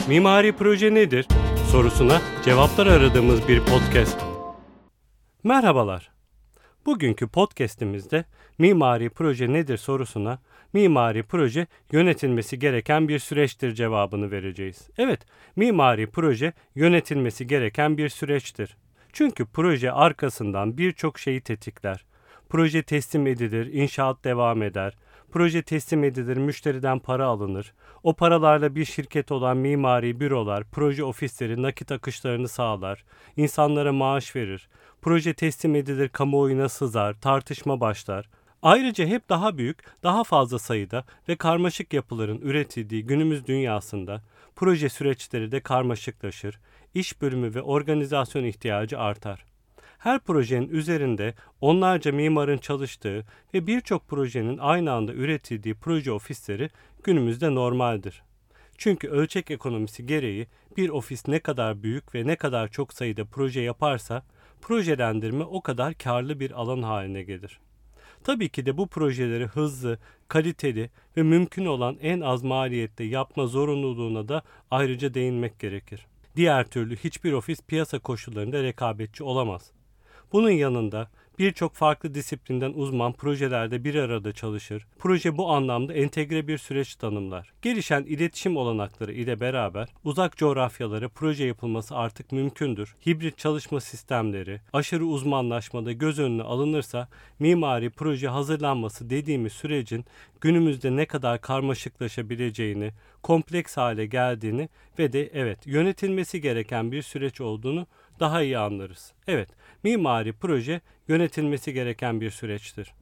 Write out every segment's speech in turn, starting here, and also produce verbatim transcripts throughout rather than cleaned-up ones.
Mimari proje nedir sorusuna cevaplar aradığımız bir podcast. Merhabalar. Bugünkü podcast'imizde mimari proje nedir sorusuna mimari proje yönetilmesi gereken bir süreçtir cevabını vereceğiz. Evet, mimari proje yönetilmesi gereken bir süreçtir. Çünkü proje arkasından birçok şeyi tetikler. Proje teslim edilir, inşaat devam eder. Proje teslim edilir, müşteriden para alınır. O paralarla bir şirket olan mimari bürolar, proje ofisleri nakit akışlarını sağlar. İnsanlara maaş verir. Proje teslim edilir, kamuoyuna sızar, tartışma başlar. Ayrıca hep daha büyük, daha fazla sayıda ve karmaşık yapıların üretildiği günümüz dünyasında proje süreçleri de karmaşıklaşır, iş bölümü ve organizasyon ihtiyacı artar. Her projenin üzerinde onlarca mimarın çalıştığı ve birçok projenin aynı anda üretildiği proje ofisleri günümüzde normaldir. Çünkü ölçek ekonomisi gereği bir ofis ne kadar büyük ve ne kadar çok sayıda proje yaparsa projelendirme o kadar karlı bir alan haline gelir. Tabii ki de bu projeleri hızlı, kaliteli ve mümkün olan en az maliyette yapma zorunluluğuna da ayrıca değinmek gerekir. Diğer türlü hiçbir ofis piyasa koşullarında rekabetçi olamaz. Bunun yanında birçok farklı disiplinden uzman projelerde bir arada çalışır. Proje bu anlamda entegre bir süreç tanımlar. Gelişen iletişim olanakları ile beraber uzak coğrafyalara proje yapılması artık mümkündür. Hibrit çalışma sistemleri, aşırı uzmanlaşmada göz önüne alınırsa mimari proje hazırlanması dediğimiz sürecin günümüzde ne kadar karmaşıklaşabileceğini, kompleks hale geldiğini ve de evet yönetilmesi gereken bir süreç olduğunu daha iyi anlarız. Evet, mimari proje yönetilmesi gereken bir süreçtir.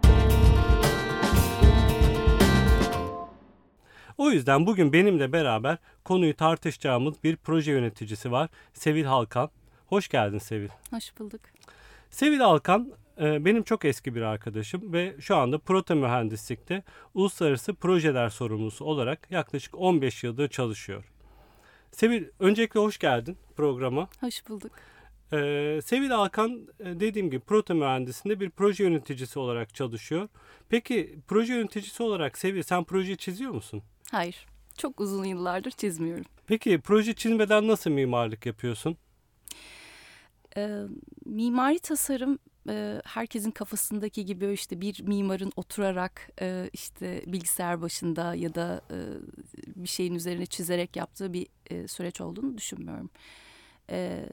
O yüzden bugün benimle beraber konuyu tartışacağımız bir proje yöneticisi var. Sevil Halkan. Hoş geldin Sevil. Hoş bulduk. Sevil Halkan benim çok eski bir arkadaşım ve şu anda Proto Mühendislik'te uluslararası projeler sorumlusu olarak yaklaşık on beş yıldır çalışıyor. Sevil, öncelikle hoş geldin programa. Hoş bulduk. Ee, Sevil Halkan dediğim gibi Proto Mühendisliğinde bir proje yöneticisi olarak çalışıyor. Peki proje yöneticisi olarak Sevil sen proje çiziyor musun? Hayır. Çok uzun yıllardır çizmiyorum. Peki proje çizmeden nasıl mimarlık yapıyorsun? Ee, mimari tasarım e, herkesin kafasındaki gibi işte bir mimarın oturarak e, işte bilgisayar başında ya da e, bir şeyin üzerine çizerek yaptığı bir e, süreç olduğunu düşünmüyorum. E,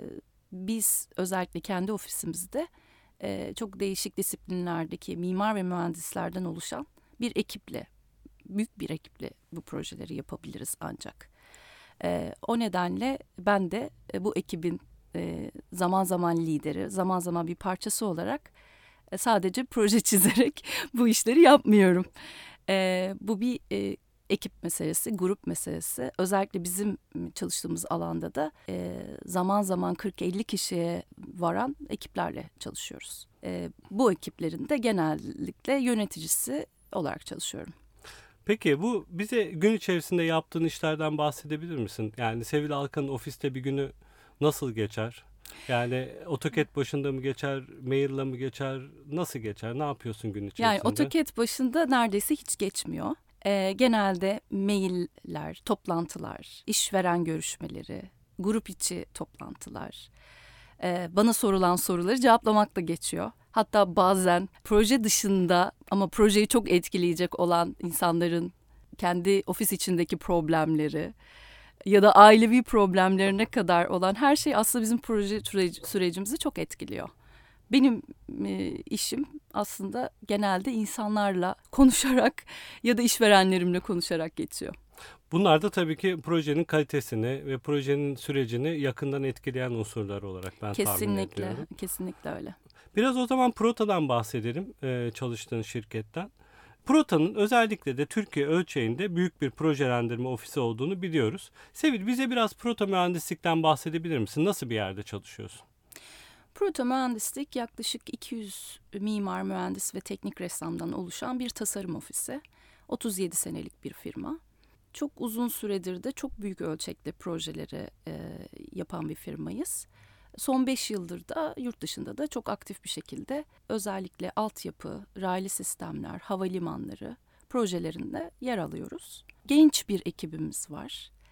biz özellikle kendi ofisimizde e, çok değişik disiplinlerdeki mimar ve mühendislerden oluşan bir ekiple, büyük bir ekiple bu projeleri yapabiliriz ancak. E, o nedenle ben de e, bu ekibin e, zaman zaman lideri, zaman zaman bir parçası olarak e, sadece proje çizerek bu işleri yapmıyorum. E, bu bir e, ekip meselesi, grup meselesi. Özellikle bizim çalıştığımız alanda da e, zaman zaman kırk elli kişiye varan ekiplerle çalışıyoruz. E, bu ekiplerin de genellikle yöneticisi olarak çalışıyorum. Peki bu bize gün içerisinde yaptığın işlerden bahsedebilir misin? Yani Sevil Halkan'ın ofiste bir günü nasıl geçer? Yani AutoCAD başında mı geçer, maille mı geçer, nasıl geçer, ne yapıyorsun gün içerisinde? Yani AutoCAD başında neredeyse hiç geçmiyor. Ee, genelde mailler, toplantılar, işveren görüşmeleri, grup içi toplantılar, e, bana sorulan soruları cevaplamakla geçiyor. Hatta bazen proje dışında ama projeyi çok etkileyecek olan insanların kendi ofis içindeki problemleri ya da ailevi problemlerine kadar olan her şey aslında bizim proje sürecimizi çok etkiliyor. Benim e, işim aslında genelde insanlarla konuşarak ya da işverenlerimle konuşarak geçiyor. Bunlar da tabii ki projenin kalitesini ve projenin sürecini yakından etkileyen unsurlar olarak ben kesinlikle, tahmin ediyorum. Kesinlikle öyle. Biraz o zaman Proto'dan bahsedelim, e, çalıştığın şirketten. Proto'nun özellikle de Türkiye ölçeğinde büyük bir projelendirme ofisi olduğunu biliyoruz. Sevil, bize biraz Proto Mühendislik'ten bahsedebilir misin? Nasıl bir yerde çalışıyorsun? Proto Mühendislik yaklaşık iki yüz mimar, mühendis ve teknik ressamdan oluşan bir tasarım ofisi. otuz yedi senelik bir firma. Çok uzun süredir de çok büyük ölçekli projeleri e, yapan bir firmayız. Son beş yıldır da yurt dışında da çok aktif bir şekilde özellikle altyapı, raylı sistemler, havalimanları projelerinde yer alıyoruz. Genç bir ekibimiz var.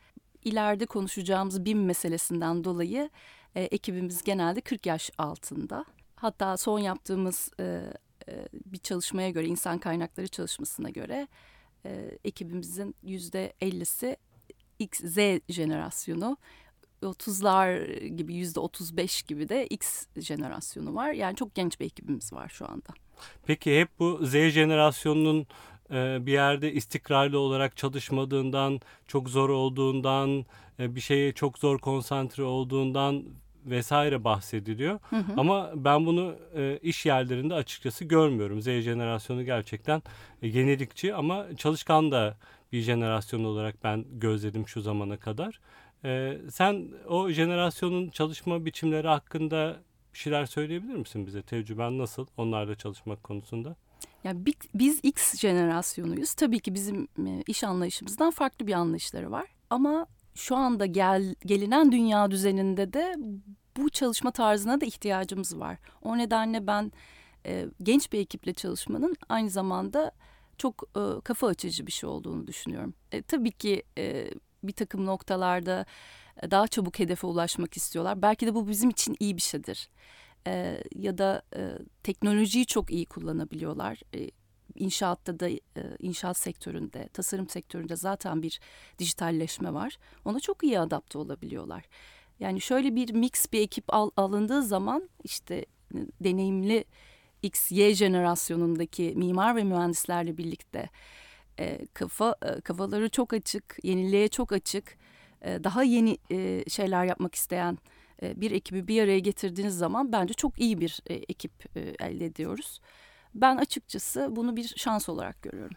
ileride konuşacağımız B İ M meselesinden dolayı e, ekibimiz genelde kırk yaş altında. Hatta son yaptığımız e, e, bir çalışmaya göre, insan kaynakları çalışmasına göre e, ekibimizin yüzde ellisi X, Z jenerasyonu. otuzlar gibi yüzde otuz beş gibi de X jenerasyonu var. Yani çok genç bir ekibimiz var şu anda. Peki hep bu Z jenerasyonunun e, bir yerde istikrarlı olarak çalışmadığından, çok zor olduğundan, e, bir şeye çok zor konsantre olduğundan vesaire bahsediliyor. Hı hı. Ama ben bunu e, iş yerlerinde açıkçası görmüyorum. Z jenerasyonu gerçekten e, yenilikçi ama çalışkan da bir jenerasyon olarak ben gözledim şu zamana kadar. E, sen o jenerasyonun çalışma biçimleri hakkında bir şeyler söyleyebilir misin bize? Tecrüben nasıl onlarla çalışmak konusunda? Yani bi- biz X jenerasyonuyuz. Tabii ki bizim e, iş anlayışımızdan farklı bir anlayışları var. Ama şu anda gel, gelinen dünya düzeninde de bu çalışma tarzına da ihtiyacımız var. O nedenle ben e, genç bir ekiple çalışmanın aynı zamanda çok e, kafa açıcı bir şey olduğunu düşünüyorum. E, tabii ki e, bir takım noktalarda daha çabuk hedefe ulaşmak istiyorlar. Belki de bu bizim için iyi bir şeydir. Ee, ya da e, teknolojiyi çok iyi kullanabiliyorlar. E, inşaatta da, e, inşaat sektöründe, tasarım sektöründe zaten bir dijitalleşme var. Ona çok iyi adapte olabiliyorlar. Yani şöyle bir mix bir ekip al, alındığı zaman işte e, deneyimli X, Y jenerasyonundaki mimar ve mühendislerle birlikte e, kafa e, kafaları çok açık, yeniliğe çok açık, e, daha yeni e, şeyler yapmak isteyen bir ekibi bir araya getirdiğiniz zaman bence çok iyi bir e, ekip e, elde ediyoruz. Ben açıkçası bunu bir şans olarak görüyorum.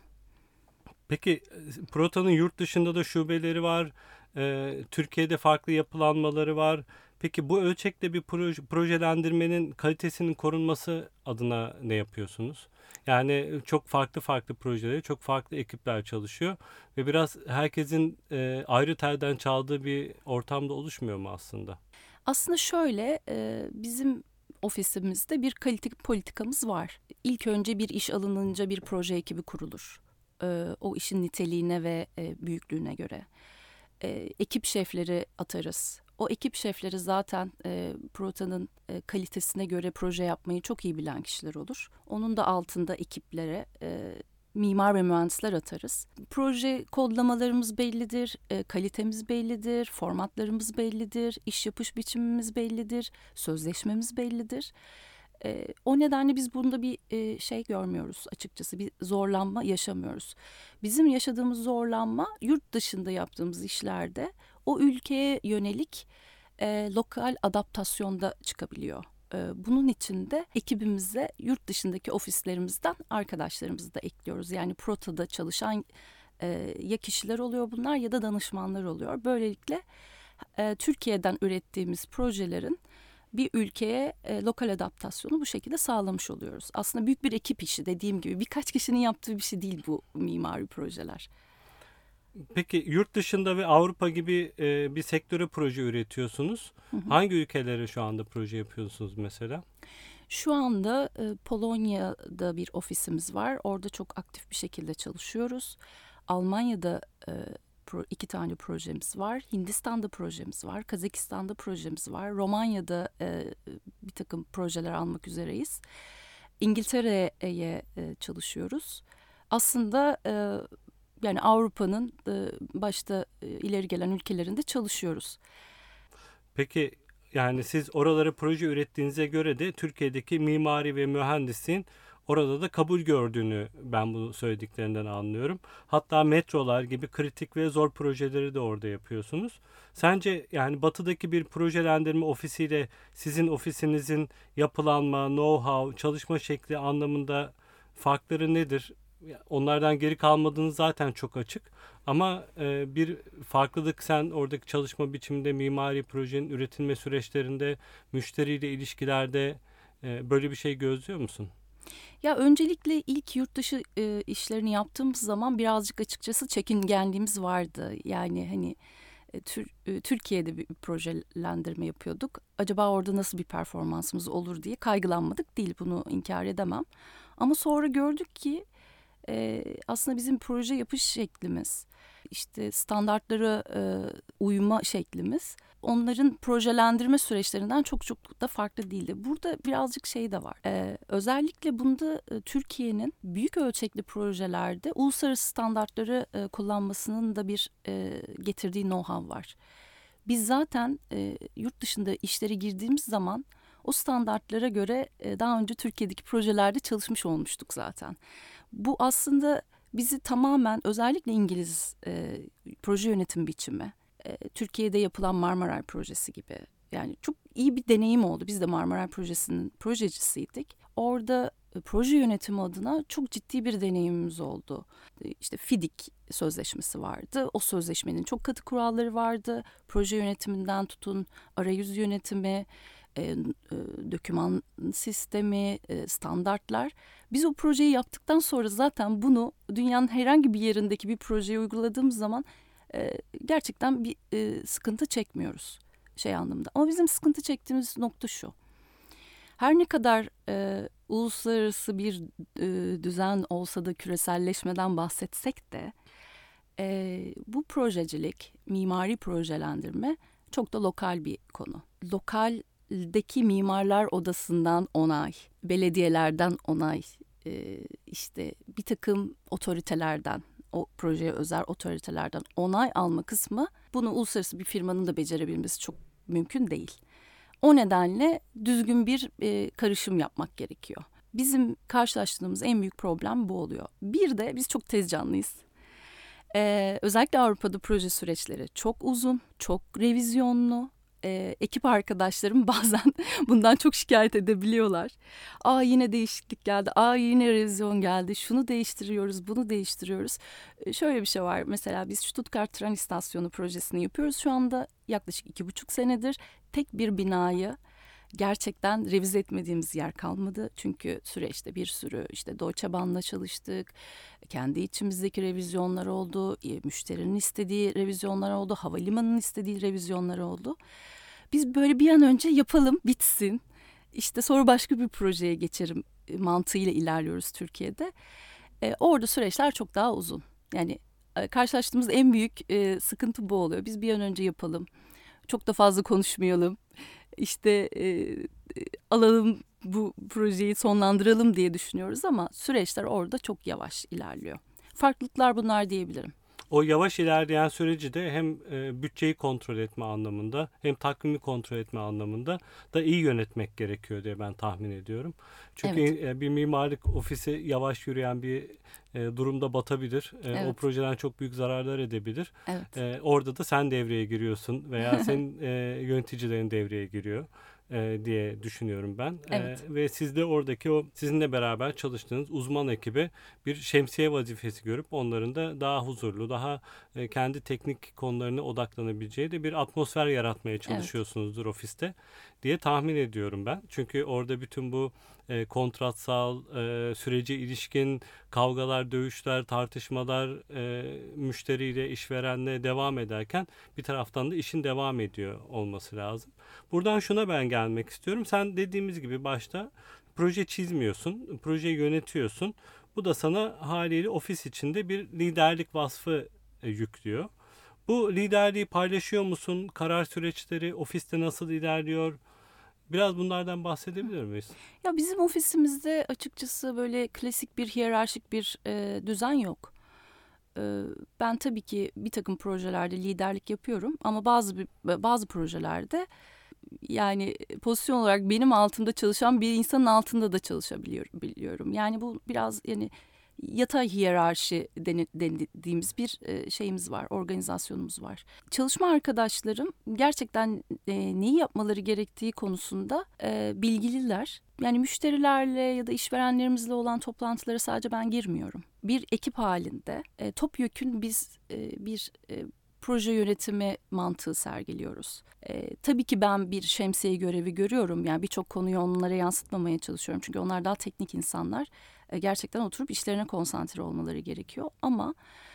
Peki Prota'nın yurt dışında da şubeleri var. E, Türkiye'de farklı yapılanmaları var. Peki bu ölçekte bir proje, projelendirmenin kalitesinin korunması adına ne yapıyorsunuz? Yani çok farklı farklı projeleri, çok farklı ekipler çalışıyor ve biraz herkesin e, ayrı telden çaldığı bir ortamda oluşmuyor mu aslında? Aslında şöyle e, bizim ofisimizde bir kalite politikamız var. İlk önce bir iş alınınca bir proje ekibi kurulur. E, o işin niteliğine ve e, büyüklüğüne göre. E, ekip şefleri atarız. O ekip şefleri zaten e, Prota'nın e, kalitesine göre proje yapmayı çok iyi bilen kişiler olur. Onun da altında ekiplere e, mimar ve mühendisler atarız. Proje kodlamalarımız bellidir, e, kalitemiz bellidir, formatlarımız bellidir, iş yapış biçimimiz bellidir, sözleşmemiz bellidir. E, o nedenle biz bunda bir e, şey görmüyoruz açıkçası, bir zorlanma yaşamıyoruz. Bizim yaşadığımız zorlanma yurt dışında yaptığımız işlerde o ülkeye yönelik e, lokal adaptasyonda çıkabiliyor. Bunun için de ekibimize yurt dışındaki ofislerimizden arkadaşlarımızı da ekliyoruz. Yani Prota'da çalışan e, ya kişiler oluyor bunlar ya da danışmanlar oluyor. Böylelikle e, Türkiye'den ürettiğimiz projelerin bir ülkeye e, lokal adaptasyonu bu şekilde sağlamış oluyoruz. Aslında büyük bir ekip işi, dediğim gibi birkaç kişinin yaptığı bir şey değil bu mimari projeler. Peki yurt dışında ve Avrupa gibi e, bir sektöre proje üretiyorsunuz. Hı hı. Hangi ülkelere şu anda proje yapıyorsunuz mesela? Şu anda e, Polonya'da bir ofisimiz var. Orada çok aktif bir şekilde çalışıyoruz. Almanya'da e, pro, iki tane projemiz var. Hindistan'da projemiz var. Kazakistan'da projemiz var. Romanya'da e, bir takım projeler almak üzereyiz. İngiltere'ye e, çalışıyoruz. Aslında e, yani Avrupa'nın e, başta e, ileri gelen ülkelerinde çalışıyoruz. Peki yani siz oralara proje ürettiğinize göre de Türkiye'deki mimari ve mühendisliğin orada da kabul gördüğünü ben bu söylediklerinden anlıyorum. Hatta metrolar gibi kritik ve zor projeleri de orada yapıyorsunuz. Sence yani batıdaki bir projelendirme ofisiyle sizin ofisinizin yapılanma, know-how, çalışma şekli anlamında farkları nedir? Onlardan geri kalmadığınız zaten çok açık. Ama e, bir farklılık sen oradaki çalışma biçiminde, mimari projenin üretilme süreçlerinde, müşteriyle ilişkilerde e, böyle bir şey gözlüyor musun? Ya öncelikle ilk yurt dışı e, işlerini yaptığımız zaman birazcık açıkçası çekingenliğimiz vardı. Yani hani e, tür, e, Türkiye'de bir projelendirme yapıyorduk. Acaba orada nasıl bir performansımız olur diye kaygılanmadık değil, bunu inkar edemem. Ama sonra gördük ki e, aslında bizim proje yapış şeklimiz, işte standartlara e, uyma şeklimiz onların projelendirme süreçlerinden çok çok da farklı değildi. Burada birazcık şey de var. E, özellikle bunda e, Türkiye'nin büyük ölçekli projelerde uluslararası standartları e, kullanmasının da bir e, getirdiği know-how var. Biz zaten e, yurt dışında işlere girdiğimiz zaman o standartlara göre e, daha önce Türkiye'deki projelerde çalışmış olmuştuk zaten. Bu aslında bizi tamamen, özellikle İngiliz e, proje yönetim biçimi, e, Türkiye'de yapılan Marmaray projesi gibi, yani çok iyi bir deneyim oldu. Biz de Marmaray projesinin projecisiydik. Orada e, proje yönetimi adına çok ciddi bir deneyimimiz oldu. E, işte FİDIK sözleşmesi vardı. O sözleşmenin çok katı kuralları vardı. Proje yönetiminden tutun arayüz yönetimi, E, e, doküman sistemi, e, standartlar. Biz o projeyi yaptıktan sonra zaten bunu dünyanın herhangi bir yerindeki bir projeye uyguladığımız zaman e, gerçekten bir e, sıkıntı çekmiyoruz şey anlamında. Ama bizim sıkıntı çektiğimiz nokta şu. Her ne kadar e, uluslararası bir e, düzen olsa da küreselleşmeden bahsetsek de e, bu projecilik, mimari projelendirme çok da lokal bir konu. Lokal deki mimarlar odasından onay, belediyelerden onay, e, işte bir takım otoritelerden, o projeye özel otoritelerden onay alma kısmı, bunu uluslararası bir firmanın da becerebilmesi çok mümkün değil. O nedenle düzgün bir e, karışım yapmak gerekiyor. Bizim karşılaştığımız en büyük problem bu oluyor. Bir de biz çok tez canlıyız. Ee, özellikle Avrupa'da proje süreçleri çok uzun, çok revizyonlu. Ee, ekip arkadaşlarım bazen bundan çok şikayet edebiliyorlar. Aa yine değişiklik geldi, aa yine revizyon geldi, şunu değiştiriyoruz, bunu değiştiriyoruz. Ee, şöyle bir şey var, mesela biz Stuttgart Tren İstasyonu projesini yapıyoruz şu anda yaklaşık iki buçuk senedir. Tek bir binayı gerçekten revize etmediğimiz yer kalmadı. Çünkü süreçte bir sürü işte Deutsche Bahn'la çalıştık. Kendi içimizdeki revizyonlar oldu. Müşterinin istediği revizyonlar oldu. Havalimanının istediği revizyonlar oldu. Biz böyle bir an önce yapalım, bitsin. İşte sonra başka bir projeye geçerim mantığıyla ilerliyoruz Türkiye'de. Ee, orada süreçler çok daha uzun. Yani karşılaştığımız en büyük e, sıkıntı bu oluyor. Biz bir an önce yapalım. Çok da fazla konuşmayalım. İşte e, alalım bu projeyi sonlandıralım diye düşünüyoruz ama süreçler orada çok yavaş ilerliyor. Farklılıklar bunlar diyebilirim. O yavaş ilerleyen süreci de hem e, bütçeyi kontrol etme anlamında hem takvimi kontrol etme anlamında da iyi yönetmek gerekiyor diye ben tahmin ediyorum. Çünkü Evet. e, bir mimarlık ofisi yavaş yürüyen bir e, durumda batabilir. E, Evet. O projeden çok büyük zararlar edebilir. Evet. E, orada da sen devreye giriyorsun veya senin e, yöneticilerin devreye giriyor e, diye düşünüyorum ben. Evet. E, ve siz de oradaki o sizinle beraber çalıştığınız uzman ekibe bir şemsiye vazifesi görüp onların da daha huzurlu, daha e, kendi teknik konularına odaklanabileceği de bir atmosfer yaratmaya çalışıyorsunuzdur evet. ofiste diye tahmin ediyorum ben. Çünkü orada bütün bu e, kontratsal e, sürece ilişkin kavgalar, dövüşler, tartışmalar e, müşteriyle, işverenle devam ederken bir taraftan da işin devam ediyor olması lazım. Buradan şuna ben gelmek istiyorum. Sen dediğimiz gibi başta proje çizmiyorsun, projeyi yönetiyorsun. Bu da sana haliyle ofis içinde bir liderlik vasfı e, yüklüyor. Bu liderliği paylaşıyor musun? Karar süreçleri ofiste nasıl ilerliyor? Biraz bunlardan bahsedebilir miyiz? Ya bizim ofisimizde açıkçası böyle klasik bir hiyerarşik bir e, düzen yok. E, ben tabii ki bir takım projelerde liderlik yapıyorum ama bazı bazı projelerde yani pozisyon olarak benim altımda çalışan bir insanın altında da çalışabiliyorum biliyorum. Yani bu biraz yani yatay hiyerarşi dediğimiz bir şeyimiz var, organizasyonumuz var. Çalışma arkadaşlarım gerçekten neyi yapmaları gerektiği konusunda bilgililer. Yani müşterilerle ya da işverenlerimizle olan toplantılara sadece ben girmiyorum. Bir ekip halinde topyekün biz bir proje yönetimi mantığı sergiliyoruz. Ee, tabii ki ben bir şemsiye görevi görüyorum. Yani birçok konuyu onlara yansıtmamaya çalışıyorum. Çünkü onlar daha teknik insanlar. Ee, gerçekten oturup işlerine konsantre olmaları gerekiyor. Ama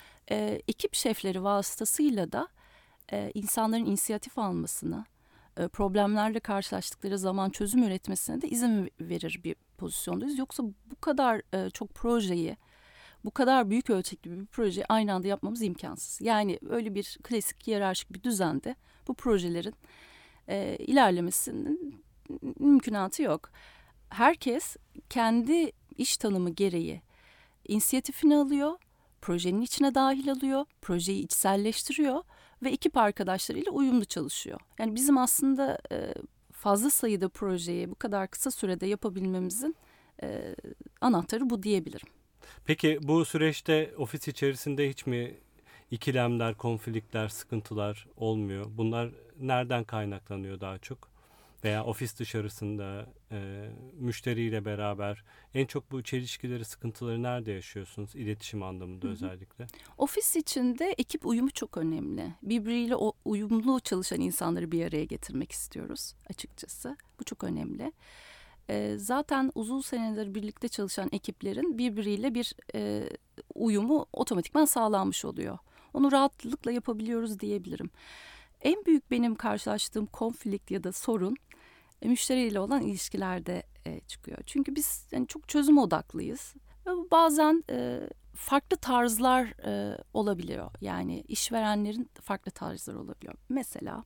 e, ekip şefleri vasıtasıyla da e, insanların inisiyatif almasını, e, problemlerle karşılaştıkları zaman çözüm üretmesine de izin verir bir pozisyondayız. Yoksa bu kadar e, çok projeyi bu kadar büyük ölçekli bir projeyi aynı anda yapmamız imkansız. Yani öyle bir klasik hiyerarşik bir düzende bu projelerin e, ilerlemesinin mümkünatı yok. Herkes kendi iş tanımı gereği inisiyatifini alıyor, projenin içine dahil alıyor, projeyi içselleştiriyor ve ekip arkadaşlarıyla uyumlu çalışıyor. Yani bizim aslında e, fazla sayıda projeyi bu kadar kısa sürede yapabilmemizin e, anahtarı bu diyebilirim. Peki bu süreçte ofis içerisinde hiç mi ikilemler, konflikler, sıkıntılar olmuyor? Bunlar nereden kaynaklanıyor daha çok? Veya ofis dışarısında e, müşteriyle beraber en çok bu çelişkileri, sıkıntıları nerede yaşıyorsunuz? İletişim anlamında özellikle. Ofis içinde ekip uyumu çok önemli. Birbiriyle o uyumlu çalışan insanları bir araya getirmek istiyoruz açıkçası. Bu çok önemli. E, zaten uzun seneler birlikte çalışan ekiplerin birbiriyle bir e, uyumu otomatikman sağlanmış oluyor. Onu rahatlıkla yapabiliyoruz diyebilirim. En büyük benim karşılaştığım konflikt ya da sorun e, müşteriyle olan ilişkilerde e, çıkıyor. Çünkü biz yani çok çözüm odaklıyız. Ve bazen e, farklı tarzlar e, olabiliyor. Yani işverenlerin farklı tarzları olabiliyor. Mesela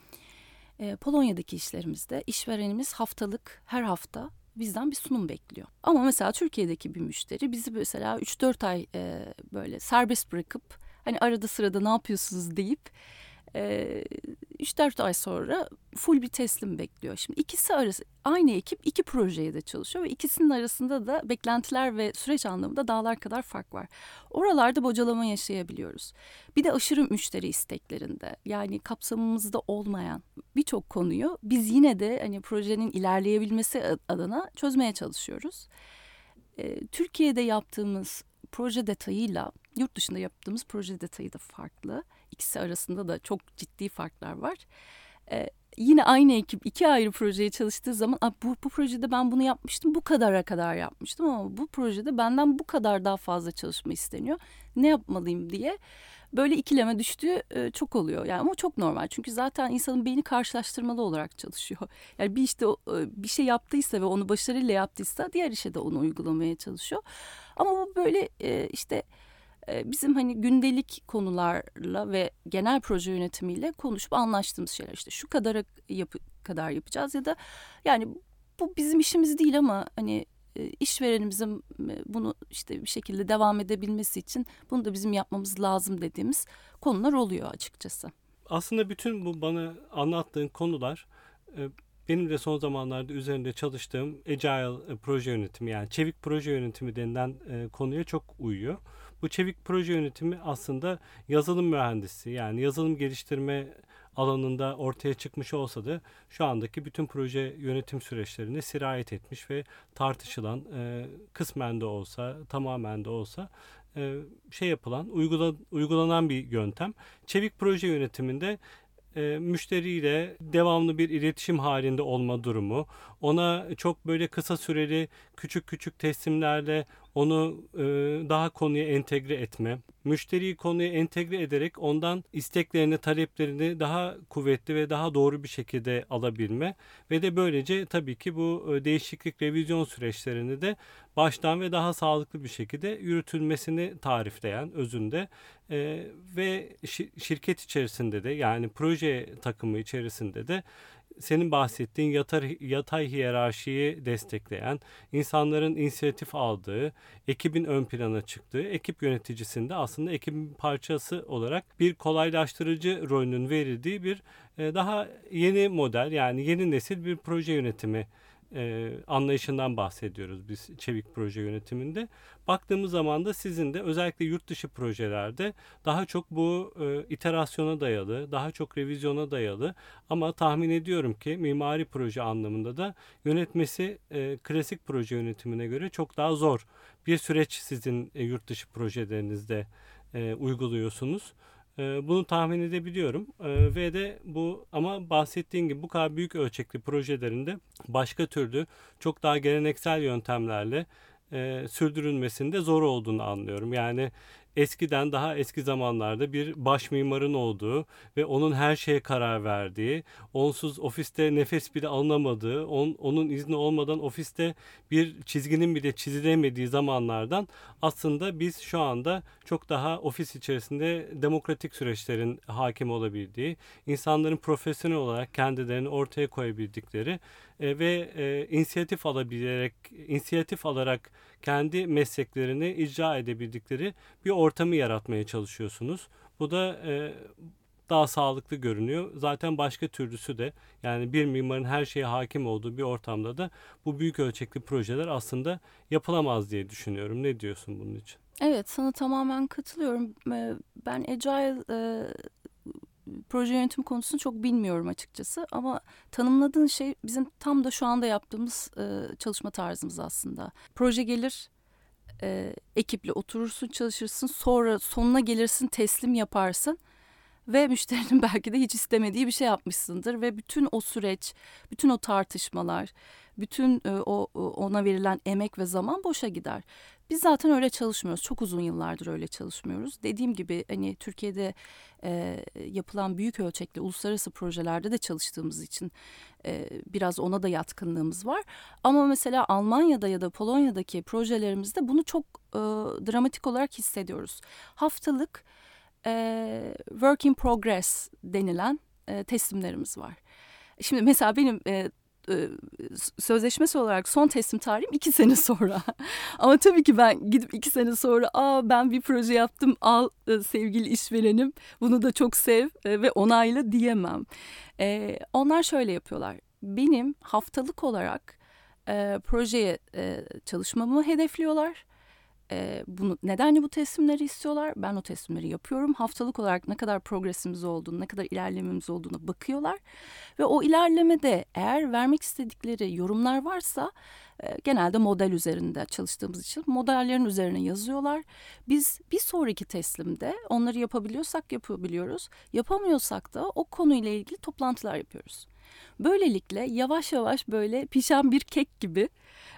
e, Polonya'daki işlerimizde işverenimiz haftalık her hafta bizden bir sunum bekliyor. Ama mesela Türkiye'deki bir müşteri bizi mesela üç dört ay e, böyle serbest bırakıp hani arada sırada ne yapıyorsunuz deyip e, üç dört ay sonra full bir teslim bekliyor. Şimdi ikisi arası aynı ekip iki projeye de çalışıyor ve ikisinin arasında da beklentiler ve süreç anlamında dağlar kadar fark var. Oralarda bocalama yaşayabiliyoruz. Bir de aşırı müşteri isteklerinde yani kapsamımızda olmayan birçok konuyu biz yine de hani projenin ilerleyebilmesi adına çözmeye çalışıyoruz. E, Türkiye'de yaptığımız proje detayıyla yurt dışında yaptığımız proje detayı da farklı. İkisi arasında da çok ciddi farklar var. Ee, yine aynı ekip iki ayrı projeye çalıştığı zaman bu, bu projede ben bunu yapmıştım, bu kadara kadar yapmıştım ama bu projede benden bu kadar daha fazla çalışma isteniyor. Ne yapmalıyım diye böyle ikileme düştüğü e, çok oluyor. Yani ama çok normal çünkü zaten insanın beyni karşılaştırmalı olarak çalışıyor. Yani bir işte e, bir şey yaptıysa ve onu başarıyla yaptıysa diğer işe de onu uygulamaya çalışıyor. Ama bu böyle e, işte bizim hani gündelik konularla ve genel proje yönetimiyle konuşup anlaştığımız şeyler işte şu kadar yapı, kadar yapacağız ya da yani bu bizim işimiz değil ama hani işverenimizin bunu işte bir şekilde devam edebilmesi için bunu da bizim yapmamız lazım dediğimiz konular oluyor açıkçası. Aslında bütün bu bana anlattığın konular benim de son zamanlarda üzerinde çalıştığım Agile proje yönetimi yani çevik proje yönetimi denilen konuya çok uyuyor. Bu çevik proje yönetimi aslında yazılım mühendisi yani yazılım geliştirme alanında ortaya çıkmış olsa da şu andaki bütün proje yönetim süreçlerine sirayet etmiş ve tartışılan e, kısmen de olsa tamamen de olsa e, şey yapılan uygula, uygulanan bir yöntem. Çevik proje yönetiminde E, müşteriyle devamlı bir iletişim halinde olma durumu, ona çok böyle kısa süreli küçük küçük teslimlerle onu e, daha konuya entegre etme, müşteriyi konuya entegre ederek ondan isteklerini, taleplerini daha kuvvetli ve daha doğru bir şekilde alabilme ve de böylece tabii ki bu e, değişiklik, revizyon süreçlerini de baştan ve daha sağlıklı bir şekilde yürütülmesini tarifleyen özünde e, ve şi- şirket içerisinde de yani proje takımı içerisinde de senin bahsettiğin yatay, yatay hiyerarşiyi destekleyen, insanların inisiyatif aldığı, ekibin ön plana çıktığı, ekip yöneticisinde aslında ekibin parçası olarak bir kolaylaştırıcı rolünün verildiği bir e, daha yeni model yani yeni nesil bir proje yönetimi e, anlayışından bahsediyoruz biz çevik proje yönetiminde. Baktığımız zaman da sizin de özellikle yurt dışı projelerde daha çok bu e, iterasyona dayalı, daha çok revizyona dayalı ama tahmin ediyorum ki mimari proje anlamında da yönetmesi e, klasik proje yönetimine göre çok daha zor bir süreç sizin e, yurt dışı projelerinizde e, uyguluyorsunuz. Bunu tahmin edebiliyorum ve de bu ama bahsettiğin gibi bu kadar büyük ölçekli projelerinde başka türlü çok daha geleneksel yöntemlerle sürdürülmesinde zor olduğunu anlıyorum. Yani eskiden daha eski zamanlarda bir baş mimarın olduğu ve onun her şeye karar verdiği, onsuz ofiste nefes bile alınamadığı, on, onun izni olmadan ofiste bir çizginin bile çizilemediği zamanlardan aslında biz şu anda çok daha ofis içerisinde demokratik süreçlerin hakim olabildiği, insanların profesyonel olarak kendilerini ortaya koyabildikleri e, ve e, inisiyatif alabilerek, inisiyatif alarak kendi mesleklerini icra edebildikleri bir ortamı yaratmaya çalışıyorsunuz. Bu da e, daha sağlıklı görünüyor. Zaten başka türlüsü de, yani bir mimarın her şeye hakim olduğu bir ortamda da bu büyük ölçekli projeler aslında yapılamaz diye düşünüyorum. Ne diyorsun bunun için? Evet, sana tamamen katılıyorum. Ee, Ben Agile e, proje yönetimi konusunu çok bilmiyorum açıkçası. Ama tanımladığın şey bizim tam da şu anda yaptığımız e, çalışma tarzımız aslında. Proje gelir, e, ekiple oturursun, çalışırsın, sonra sonuna gelirsin, teslim yaparsın. Ve müşterinin belki de hiç istemediği bir şey yapmışsındır ve bütün o süreç, bütün o tartışmalar, bütün e, o ona verilen emek ve zaman boşa gider. Biz zaten öyle çalışmıyoruz. Çok uzun yıllardır öyle çalışmıyoruz. Dediğim gibi hani Türkiye'de e, yapılan büyük ölçekli uluslararası projelerde de çalıştığımız için e, biraz ona da yatkınlığımız var. Ama mesela Almanya'da ya da Polonya'daki projelerimizde bunu çok e, dramatik olarak hissediyoruz. Haftalık E, work in progress denilen e, teslimlerimiz var. Şimdi mesela benim e, e, sözleşmesi olarak son teslim tarihim iki sene sonra. Ama tabii ki ben gidip iki sene sonra aa ben bir proje yaptım, al e, sevgili işverenim, bunu da çok sev e, ve onayla diyemem. E, onlar şöyle yapıyorlar. Benim haftalık olarak e, projeye e, çalışmamı hedefliyorlar. Ee, bunu neden bu teslimleri istiyorlar? Ben o teslimleri yapıyorum. Haftalık olarak ne kadar progresimiz olduğunu, ne kadar ilerlememiz olduğunu bakıyorlar. Ve o ilerlemede eğer vermek istedikleri yorumlar varsa e, genelde model üzerinde çalıştığımız için modellerin üzerine yazıyorlar. Biz bir sonraki teslimde onları yapabiliyorsak yapabiliyoruz. Yapamıyorsak da o konuyla ilgili toplantılar yapıyoruz. Böylelikle yavaş yavaş böyle pişen bir kek gibi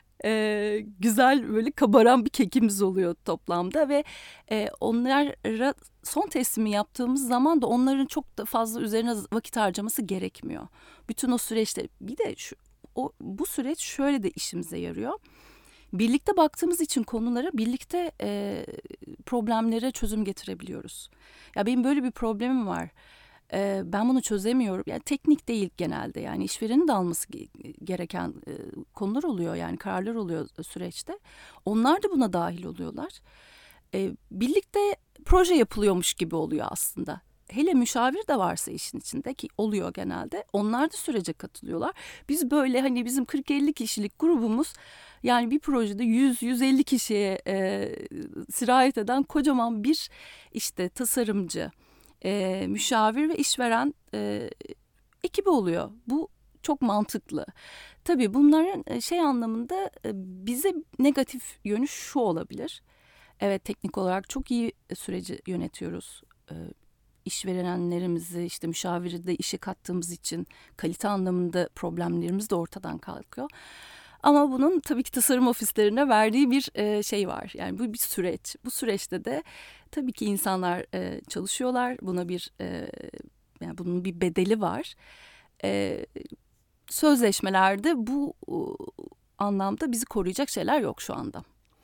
Ee, güzel böyle kabaran bir kekimiz oluyor toplamda ve e, onlara son teslimi yaptığımız zaman da onların çok da fazla üzerine vakit harcaması gerekmiyor. Bütün o süreçte bir de şu, o, bu süreç şöyle de işimize yarıyor. Birlikte baktığımız için konulara birlikte e, problemlere çözüm getirebiliyoruz. Ya benim böyle bir problemim var. Ee, ben bunu çözemiyorum. Yani teknik değil genelde. Yani işverenin de alması gereken e, konular oluyor. Yani kararlar oluyor süreçte. Onlar da buna dahil oluyorlar. Ee, birlikte proje yapılıyormuş gibi oluyor aslında. Hele müşavir de varsa işin içinde ki oluyor genelde. Onlar da sürece katılıyorlar. Biz böyle hani bizim kırk elli kişilik grubumuz yani bir projede yüz yüz elli kişiye e, sirayet eden kocaman bir işte tasarımcı, E, müşavir ve işveren e, ekibi oluyor. Bu çok mantıklı. Tabii bunların şey anlamında e, bize negatif yönü şu olabilir. Evet, teknik olarak çok iyi süreci yönetiyoruz. E, işverenlerimizi işte müşaviri de işe kattığımız için kalite anlamında problemlerimiz de ortadan kalkıyor. Ama bunun tabii ki tasarım ofislerine verdiği bir e, şey var. Yani bu bir süreç. Bu süreçte de tabii ki insanlar e, çalışıyorlar. Buna bir e, yani bunun bir bedeli var. E, sözleşmelerde bu e, anlamda bizi koruyacak şeyler yok şu anda.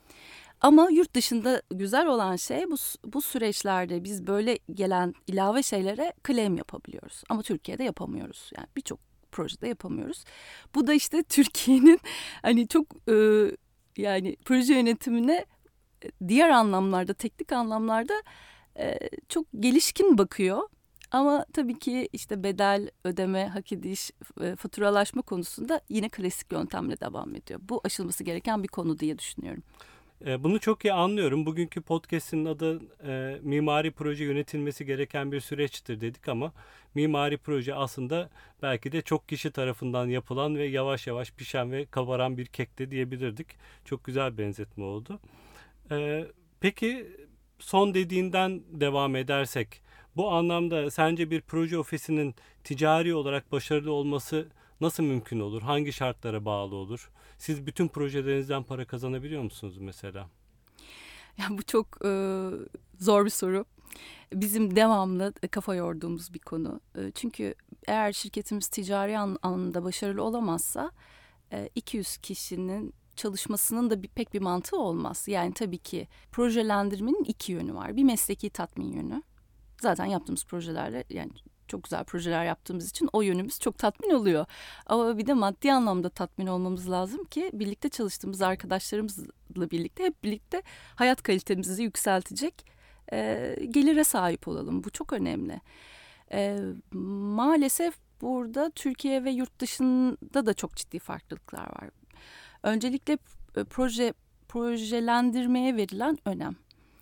Ama yurt dışında güzel olan şey bu, bu süreçlerde biz böyle gelen ilave şeylere claim yapabiliyoruz. Ama Türkiye'de yapamıyoruz. Yani birçok projede yapamıyoruz. Bu da işte Türkiye'nin hani çok e, yani proje yönetimine diğer anlamlarda, teknik anlamlarda e, çok gelişkin bakıyor. Ama tabii ki işte bedel, ödeme, hak ediş, e, faturalaşma konusunda yine klasik yöntemle devam ediyor. Bu aşılması gereken bir konu diye düşünüyorum. Bunu çok iyi anlıyorum. Bugünkü podcast'in adı e, mimari proje yönetilmesi gereken bir süreçtir dedik ama mimari proje aslında belki de çok kişi tarafından yapılan ve yavaş yavaş pişen ve kabaran bir kek de diyebilirdik. Çok güzel bir benzetme oldu. E, peki son dediğinden devam edersek bu anlamda sence bir proje ofisinin ticari olarak başarılı olması nasıl mümkün olur? Hangi şartlara bağlı olur? Siz bütün projelerinizden para kazanabiliyor musunuz mesela? Yani bu çok e, zor bir soru. Bizim devamlı kafa yorduğumuz bir konu. E, çünkü eğer şirketimiz ticari an- anlamda başarılı olamazsa e, iki yüz kişinin çalışmasının da bir, pek bir mantığı olmaz. Yani tabii ki projelendirmenin iki yönü var. Bir mesleki tatmin yönü. Zaten yaptığımız projelerle yani çok güzel projeler yaptığımız için o yönümüz çok tatmin oluyor. Ama bir de maddi anlamda tatmin olmamız lazım ki birlikte çalıştığımız arkadaşlarımızla birlikte hep birlikte hayat kalitemizi yükseltecek e, gelire sahip olalım. Bu çok önemli. E, maalesef burada Türkiye ve yurt dışında da çok ciddi farklılıklar var. Öncelikle e, proje projelendirmeye verilen önem.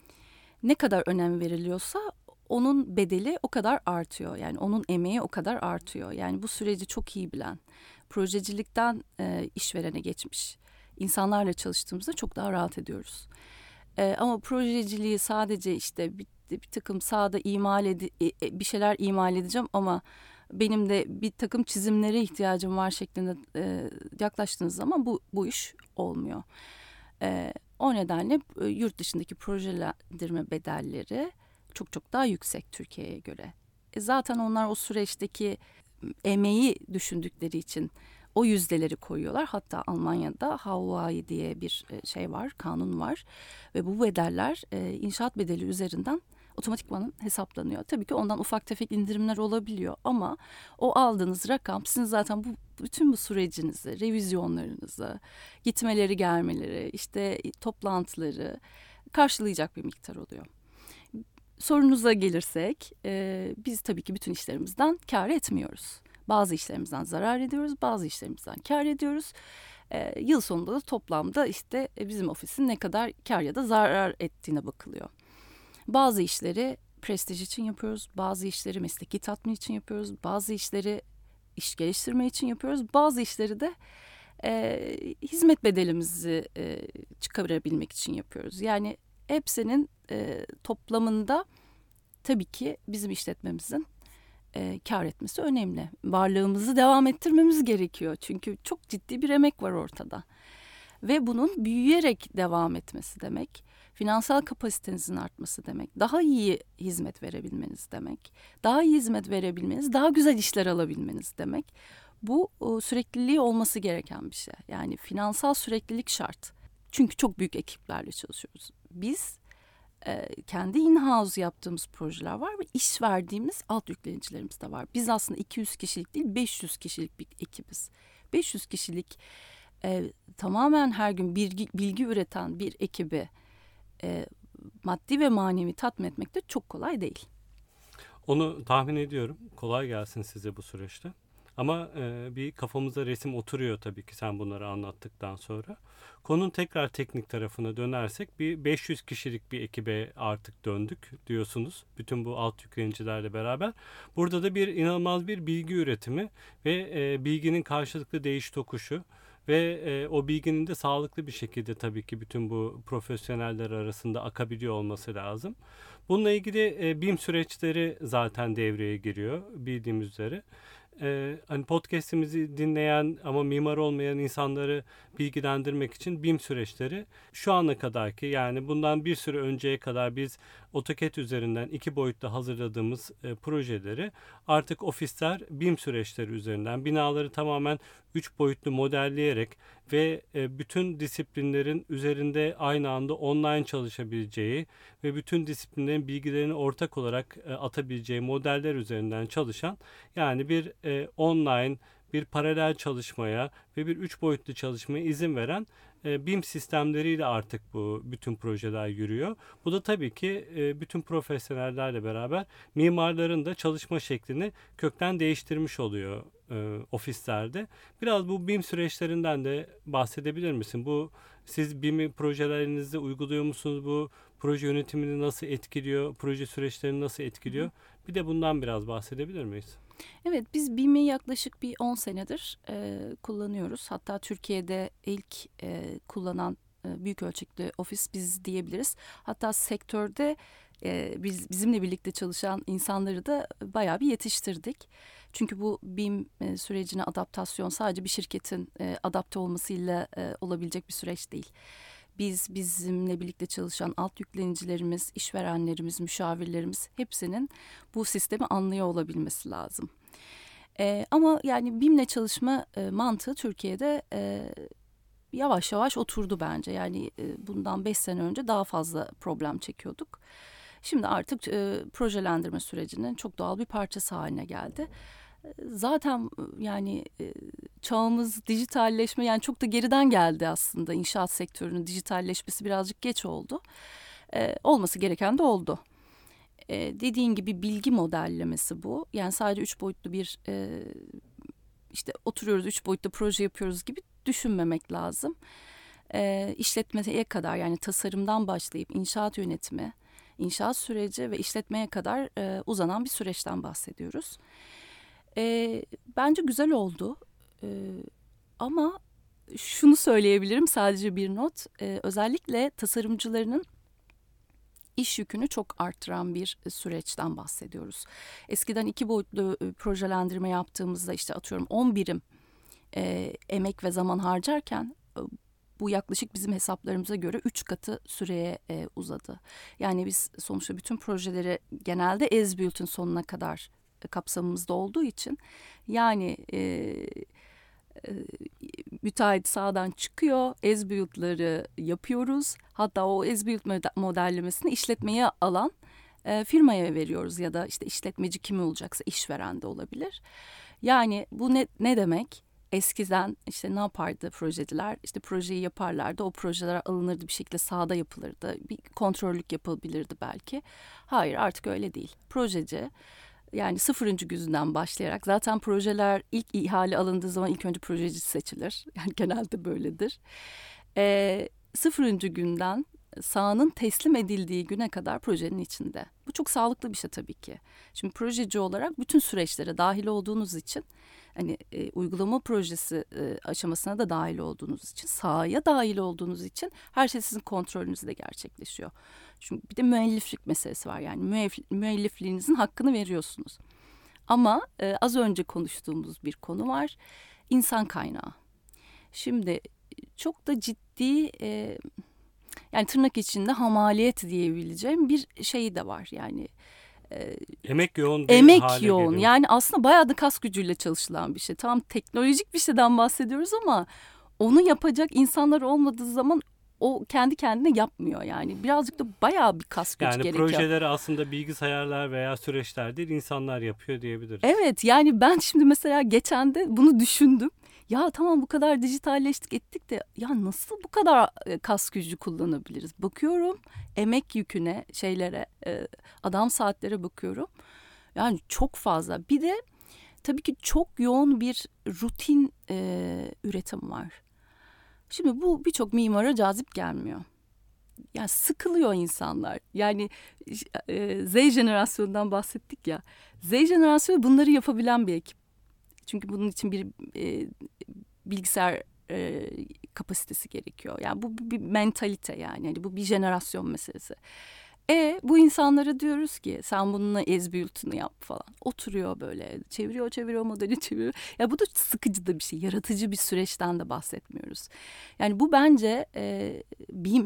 Ne kadar önem veriliyorsa onun bedeli o kadar artıyor. Yani onun emeği o kadar artıyor. Yani bu süreci çok iyi bilen, projecilikten e, işverene geçmiş insanlarla çalıştığımızda çok daha rahat ediyoruz. E, ama projeciliği sadece işte bir, bir takım sahada imal edi, e, bir şeyler imal edeceğim ama benim de bir takım çizimlere ihtiyacım var şeklinde e, yaklaştığınız zaman bu bu iş olmuyor. E, o nedenle e, yurt dışındaki projelendirme bedelleri çok çok daha yüksek Türkiye'ye göre. E zaten onlar o süreçteki emeği düşündükleri için o yüzdeleri koyuyorlar. Hatta Almanya'da Hawaii diye bir şey var, kanun var ve bu bedeller e, inşaat bedeli üzerinden otomatikman hesaplanıyor. Tabii ki ondan ufak tefek indirimler olabiliyor ama o aldığınız rakam sizin zaten bu bütün bu sürecinizi, revizyonlarınızı, gitmeleri gelmeleri, işte toplantıları karşılayacak bir miktar oluyor. Sorunuza gelirsek e, biz tabii ki bütün işlerimizden kâr etmiyoruz. Bazı işlerimizden zarar ediyoruz, bazı işlerimizden kâr ediyoruz. E, yıl sonunda da toplamda işte bizim ofisin ne kadar kâr ya da zarar ettiğine bakılıyor. Bazı işleri prestij için yapıyoruz, bazı işleri mesleki tatmin için yapıyoruz, bazı işleri iş geliştirme için yapıyoruz, bazı işleri de e, hizmet bedelimizi e, çıkarabilmek için yapıyoruz. Yani hepsinin e, toplamında tabii ki bizim işletmemizin e, kâr etmesi önemli. Varlığımızı devam ettirmemiz gerekiyor. Çünkü çok ciddi bir emek var ortada. Ve bunun büyüyerek devam etmesi demek, finansal kapasitenizin artması demek, daha iyi hizmet verebilmeniz demek, daha iyi hizmet verebilmeniz, daha güzel işler alabilmeniz demek. Bu o, sürekliliği olması gereken bir şey. Yani finansal süreklilik şart. Çünkü çok büyük ekiplerle çalışıyoruz. Biz e, kendi in-house yaptığımız projeler var ve iş verdiğimiz alt yüklenicilerimiz de var. Biz aslında iki yüz kişilik değil beş yüz kişilik bir ekibiz. beş yüz kişilik e, tamamen her gün bilgi, bilgi üreten bir ekibi e, maddi ve manevi tatmin etmek de çok kolay değil. Onu tahmin ediyorum. Kolay gelsin size bu süreçte. Ama e, bir kafamıza resim oturuyor tabii ki sen bunları anlattıktan sonra. Konunun tekrar teknik tarafına dönersek bir beş yüz kişilik bir ekibe artık döndük diyorsunuz. Bütün bu alt yüklenicilerle beraber. Burada da bir inanılmaz bir bilgi üretimi ve e, bilginin karşılıklı değiş tokuşu ve e, o bilginin de sağlıklı bir şekilde tabii ki bütün bu profesyoneller arasında akabiliyor olması lazım. Bununla ilgili e, B İ M süreçleri zaten devreye giriyor bildiğimiz üzere. Ee, hani podcast'imizi dinleyen ama mimar olmayan insanları bilgilendirmek için B İ M süreçleri şu ana kadarki yani bundan bir süre önceye kadar biz AutoCAD üzerinden iki boyutlu hazırladığımız e, projeleri artık ofisler B İ M süreçleri üzerinden binaları tamamen üç boyutlu modelleyerek ve e, bütün disiplinlerin üzerinde aynı anda online çalışabileceği ve bütün disiplinlerin bilgilerini ortak olarak e, atabileceği modeller üzerinden çalışan yani bir e, online bir paralel çalışmaya ve bir üç boyutlu çalışmaya izin veren e, B İ M sistemleriyle artık bu bütün projeler yürüyor. Bu da tabii ki e, bütün profesyonellerle beraber mimarların da çalışma şeklini kökten değiştirmiş oluyor e, ofislerde. Biraz bu B İ M süreçlerinden de bahsedebilir misin? Bu siz B İ M projelerinizde uyguluyor musunuz? Bu proje yönetimini nasıl etkiliyor? Proje süreçlerini nasıl etkiliyor? Bir de bundan biraz bahsedebilir miyiz? Evet, biz B İ M'i yaklaşık bir on senedir e, kullanıyoruz. Hatta Türkiye'de ilk e, kullanan e, büyük ölçekli ofis biz diyebiliriz. Hatta sektörde e, biz bizimle birlikte çalışan insanları da bayağı bir yetiştirdik. Çünkü bu B İ M e, sürecine adaptasyon sadece bir şirketin e, adapte olmasıyla e, olabilecek bir süreç değil. biz, bizimle birlikte çalışan alt yüklenicilerimiz, işverenlerimiz, müşavirlerimiz hepsinin bu sistemi anlıyor olabilmesi lazım. E, ama yani B İ M'le çalışma e, mantığı Türkiye'de e, yavaş yavaş oturdu bence. Yani e, bundan beş sene önce daha fazla problem çekiyorduk. Şimdi artık e, projelendirme sürecinin çok doğal bir parçası haline geldi. E, zaten yani e, çağımız dijitalleşme, yani çok da geriden geldi aslında. İnşaat sektörünün dijitalleşmesi birazcık geç oldu. E, olması gereken de oldu. E, dediğin gibi bilgi modellemesi bu. Yani sadece üç boyutlu bir e, işte oturuyoruz üç boyutlu proje yapıyoruz gibi düşünmemek lazım. E, işletmeye kadar, yani tasarımdan başlayıp inşaat yönetimi, inşaat süreci ve işletmeye kadar e, uzanan bir süreçten bahsediyoruz. E, bence güzel oldu. E, ama şunu söyleyebilirim, sadece bir not. E, özellikle tasarımcılarının iş yükünü çok arttıran bir süreçten bahsediyoruz. Eskiden iki boyutlu projelendirme yaptığımızda işte atıyorum on birim e, emek ve zaman harcarken bu yaklaşık bizim hesaplarımıza göre üç katı süreye e, uzadı. Yani biz sonuçta bütün projeleri genelde as-built'ün sonuna kadar e, kapsamımızda olduğu için, yani e, e, müteahhit sahadan çıkıyor, as-built'ları yapıyoruz. Hatta o as-built modellemesini işletmeye alan e, firmaya veriyoruz ya da işte işletmeci kimi olacaksa işveren de olabilir. Yani bu ne, ne demek? Eskiden işte ne yapardı projeciler? İşte projeyi yaparlardı, o projeler alınırdı, bir şekilde sahada yapılırdı, bir kontrollük yapılabilirdi belki. Hayır, artık öyle değil. Projeci, yani sıfırıncı günden başlayarak, zaten projeler ilk ihale alındığı zaman ilk önce projeci seçilir. Yani genelde böyledir. E, sıfırıncı günden sahanın teslim edildiği güne kadar projenin içinde. Bu çok sağlıklı bir şey tabii ki. Şimdi projeci olarak bütün süreçlere dahil olduğunuz için, hani e, uygulama projesi e, aşamasına da dahil olduğunuz için, sahaya dahil olduğunuz için her şey sizin kontrolünüzde gerçekleşiyor. Çünkü bir de müelliflik meselesi var, yani müellif, müellifliğinizin hakkını veriyorsunuz. Ama e, az önce konuştuğumuz bir konu var, insan kaynağı. Şimdi çok da ciddi, e, yani tırnak içinde hamaliyet diyebileceğim bir şey de var, yani. E, emek yoğun bir emek hale yoğun geliyor. Yani aslında bayağı da kas gücüyle çalışılan bir şey. Tamam, teknolojik bir şeyden bahsediyoruz ama onu yapacak insanlar olmadığı zaman o kendi kendine yapmıyor yani. Birazcık da bayağı bir kas gücü yani gerekiyor. Yani projeleri aslında bilgisayarlar veya süreçler değil, insanlar yapıyor diyebiliriz. Evet, yani ben şimdi mesela geçen de bunu düşündüm. Ya tamam, bu kadar dijitalleştik ettik de ya nasıl bu kadar kas gücü kullanabiliriz? Bakıyorum emek yüküne, şeylere, adam saatlere bakıyorum. Yani çok fazla. Bir de tabii ki çok yoğun bir rutin e, üretim var. Şimdi bu birçok mimara cazip gelmiyor. Yani sıkılıyor insanlar. Yani e, Z jenerasyonundan bahsettik ya. Z jenerasyonu bunları yapabilen bir ekip. Çünkü bunun için bir e, bilgisayar e, kapasitesi gerekiyor. Yani bu, bu bir mentalite yani. Yani bu bir jenerasyon meselesi. E bu insanlara diyoruz ki sen bununla as-built'ını yap falan. Oturuyor böyle, çeviriyor çeviriyor modeli çeviriyor. Ya bu da sıkıcı da bir şey. Yaratıcı bir süreçten de bahsetmiyoruz. Yani bu bence e, B İ M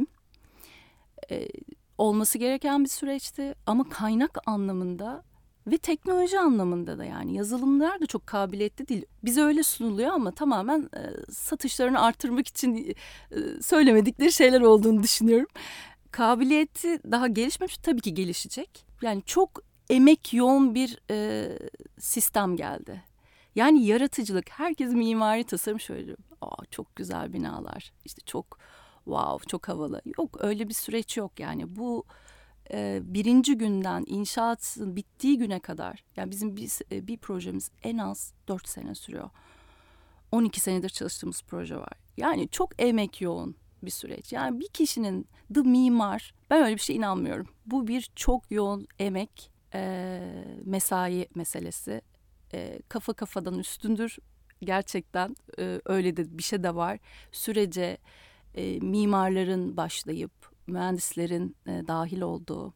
e, olması gereken bir süreçti. Ama kaynak anlamında ve teknoloji anlamında da, yani yazılımlar da çok kabiliyetli değil. Bize öyle sunuluyor ama tamamen e, satışlarını artırmak için e, söylemedikleri şeyler olduğunu düşünüyorum. Kabiliyeti daha gelişmemiş, tabii ki gelişecek. Yani çok emek yoğun bir e, sistem geldi. Yani yaratıcılık, herkes mimari tasarım şöyle diyor. Aa, çok güzel binalar, işte çok wow, çok havalı. Yok, öyle bir süreç yok yani. Bu e, birinci günden inşaatın bittiği güne kadar, yani bizim bir, bir projemiz en az dört sene sürüyor. on iki senedir çalıştığımız proje var. Yani çok emek yoğun bir süreç. Yani bir kişinin the mimar, ben öyle bir şeye inanmıyorum. Bu bir çok yoğun emek, e, mesai meselesi. E, kafa kafadan üstündür. Gerçekten e, öyle de bir şey de var. Sürece e, mimarların başlayıp mühendislerin e, dahil olduğu,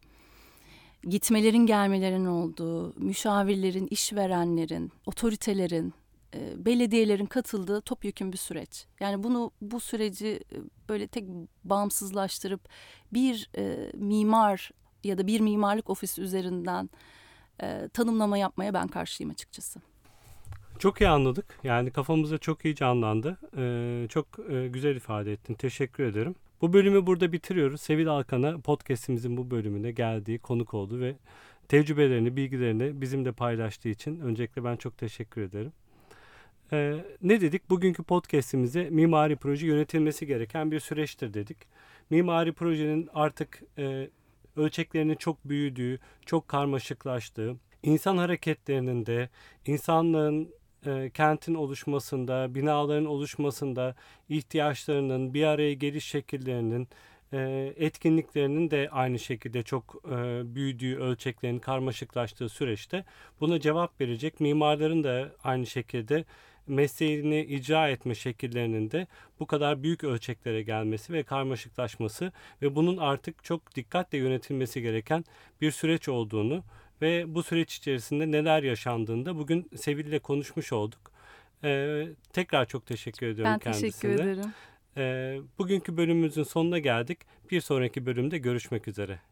gitmelerin gelmelerin olduğu, müşavirlerin, işverenlerin, otoritelerin, e, belediyelerin katıldığı topyekün bir süreç. Yani bunu bu süreci e, böyle tek bağımsızlaştırıp bir e, mimar ya da bir mimarlık ofisi üzerinden e, tanımlama yapmaya ben karşıyım açıkçası. Çok iyi anladık. Yani kafamızda çok iyi canlandı. Ee, çok e, güzel ifade ettin. Teşekkür ederim. Bu bölümü burada bitiriyoruz. Sevil Alkan'a podcastimizin bu bölümüne geldiği, konuk oldu ve tecrübelerini, bilgilerini bizimle paylaştığı için öncelikle ben çok teşekkür ederim. Ee, ne dedik? Bugünkü podcastimize mimari proje yönetilmesi gereken bir süreçtir dedik. Mimari projenin artık e, ölçeklerinin çok büyüdüğü, çok karmaşıklaştığı, insan hareketlerinin de, insanlığın e, kentin oluşmasında, binaların oluşmasında, ihtiyaçlarının, bir araya geliş şekillerinin, e, etkinliklerinin de aynı şekilde çok e, büyüdüğü, ölçeklerin karmaşıklaştığı süreçte buna cevap verecek mimarların da aynı şekilde mesleğini icra etme şekillerinin de bu kadar büyük ölçeklere gelmesi ve karmaşıklaşması ve bunun artık çok dikkatle yönetilmesi gereken bir süreç olduğunu ve bu süreç içerisinde neler yaşandığında bugün Sevil ile konuşmuş olduk. Ee, tekrar çok teşekkür ediyorum Ben kendisine. teşekkür ederim. Ee, bugünkü bölümümüzün sonuna geldik. Bir sonraki bölümde görüşmek üzere.